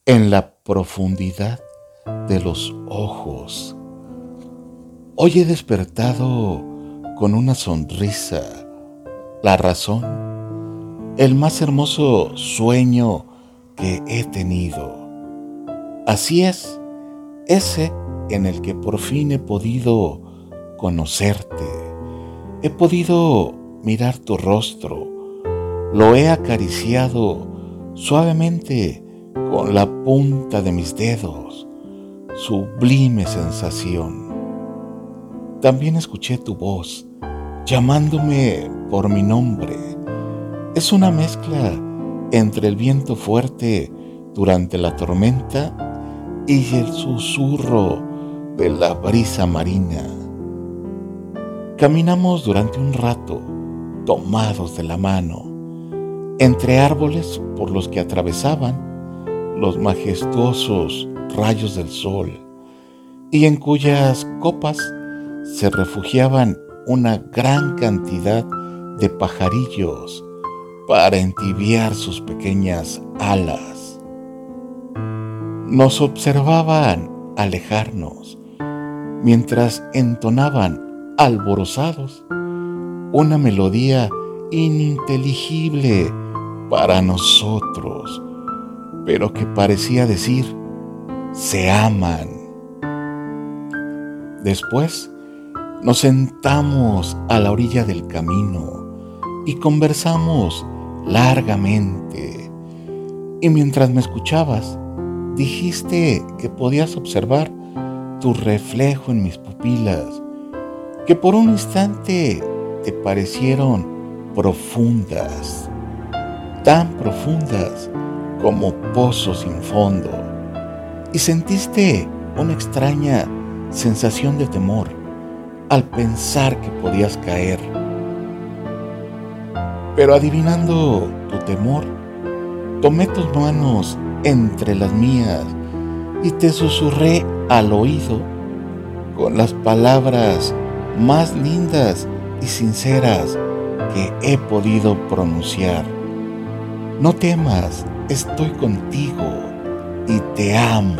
en la profundidad de los ojos. Hoy he despertado con una sonrisa, la razón, el más hermoso sueño que he tenido. Así es, ese en el que por fin he podido conocerte, he podido mirar tu rostro, lo he acariciado suavemente con la punta de mis dedos, sublime sensación. También escuché tu voz llamándome por mi nombre. Es una mezcla entre el viento fuerte durante la tormenta y el susurro de la brisa marina. Caminamos durante un rato, tomados de la mano, entre árboles por los que atravesaban los majestuosos rayos del sol y en cuyas copas se refugiaban una gran cantidad de pajarillos para entibiar sus pequeñas alas. Nos observaban alejarnos mientras entonaban alborozados una melodía ininteligible para nosotros, pero que parecía decir: se aman. Después nos sentamos a la orilla del camino y conversamos largamente. Y mientras me escuchabas, dijiste que podías observar tu reflejo en mis pupilas, que por un instante te parecieron profundas, tan profundas como pozos sin fondo, y sentiste una extraña sensación de temor al pensar que podías caer. Pero adivinando tu temor, tomé tus manos entre las mías y te susurré al oído con las palabras más lindas y sinceras que he podido pronunciar. No temas, estoy contigo y te amo.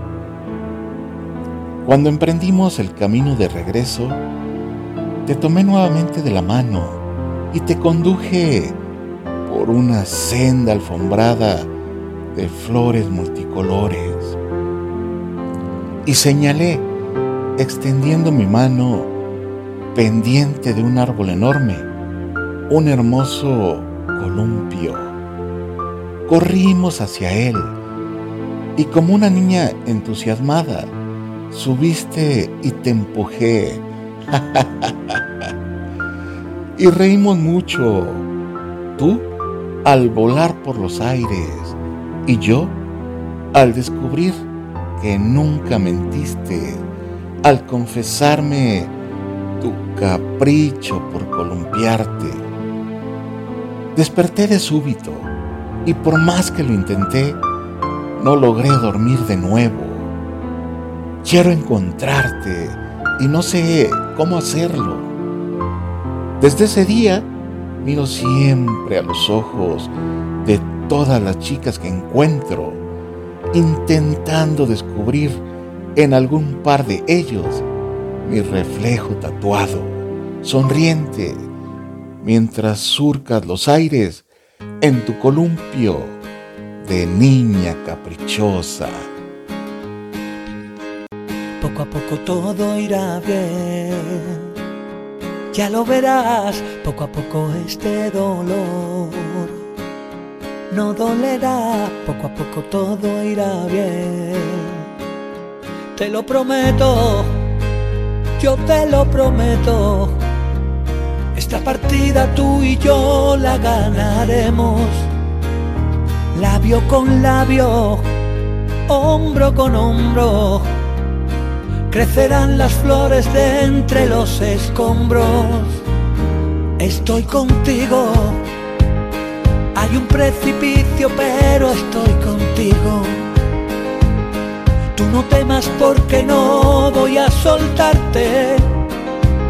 Cuando emprendimos el camino de regreso, te tomé nuevamente de la mano y te conduje por una senda alfombrada de flores multicolores. Y señalé, extendiendo mi mano, pendiente de un árbol enorme, un hermoso columpio. Corrimos hacia él y como una niña entusiasmada, subiste y te empujé. Y reímos mucho, tú al volar por los aires y yo al descubrir que nunca mentiste, al confesarme tu capricho por columpiarte. Desperté de súbito y por más que lo intenté, no logré dormir de nuevo. Quiero encontrarte y no sé cómo hacerlo. Desde ese día miro siempre a los ojos de todas las chicas que encuentro, intentando descubrir en algún par de ellos mi reflejo tatuado, sonriente, mientras surcas los aires en tu columpio de niña caprichosa. Poco a poco todo irá bien, ya lo verás, poco a poco este dolor no dolerá, poco a poco todo irá bien. Te lo prometo, yo te lo prometo, esta partida tú y yo la ganaremos, labio con labio, hombro con hombro, crecerán las flores de entre los escombros. Estoy contigo, hay un precipicio pero estoy contigo. Tú no temas porque no voy a soltarte.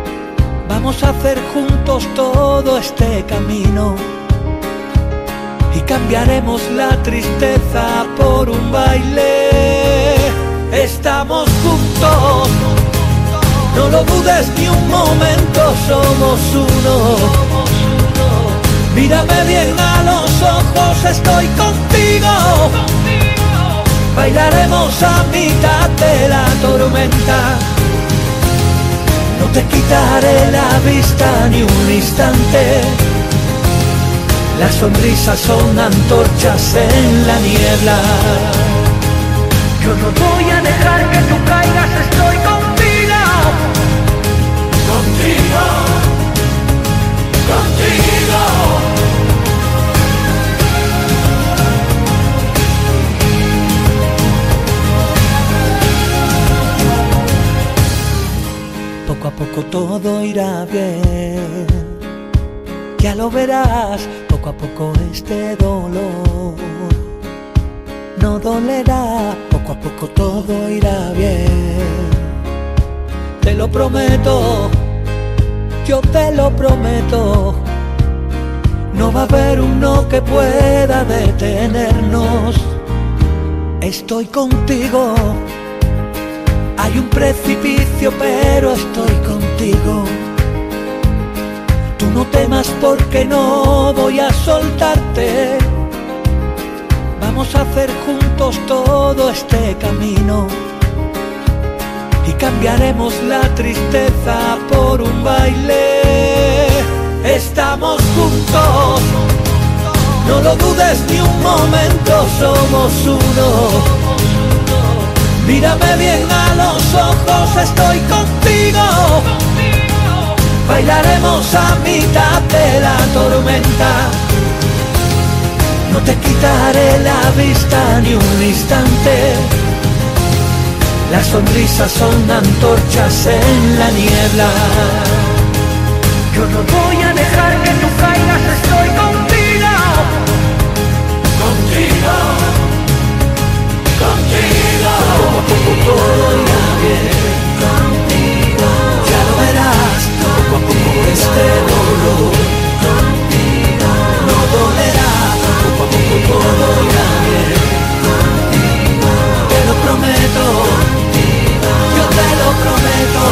Vamos a hacer juntos todo este camino. y cambiaremos la tristeza por un baile. Estamos juntos, no lo dudes ni un momento, somos uno. Mírame bien a los ojos, estoy contigo. Bailaremos a mitad de la tormenta. No te quitaré la vista ni un instante. Las sonrisas son antorchas en la niebla. Yo no voy a dejar que tú caigas, estoy contigo. Contigo, contigo. Poco a poco todo irá bien, ya lo verás. Poco a poco este dolor no dolerá. Poco a poco todo irá bien. Te lo prometo, yo te lo prometo. No va a haber uno que pueda detenernos. Estoy contigo. Hay un precipicio, pero estoy contigo. Tú no temas porque no voy a soltarte. Vamos a hacer juntos todo este camino y cambiaremos la tristeza por un baile. Estamos juntos, no lo dudes ni un momento, somos uno. Mírame bien a los ojos, estoy contigo. Bailaremos a mitad de la tormenta. No te quitaré la vista ni un instante. Las sonrisas son antorchas en la niebla. Yo no voy a dejar que tú caigas, estoy contigo. Contigo, contigo. Poco a poco todo irá bien. Contigo, ya lo verás. Poco a poco este dolor contigo no dolerá. Poco a poco todo irá bien. Contigo, te lo prometo. Yo te lo prometo.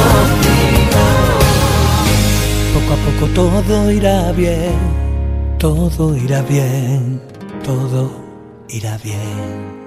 Poco a poco todo irá bien. Todo irá bien. Todo irá bien.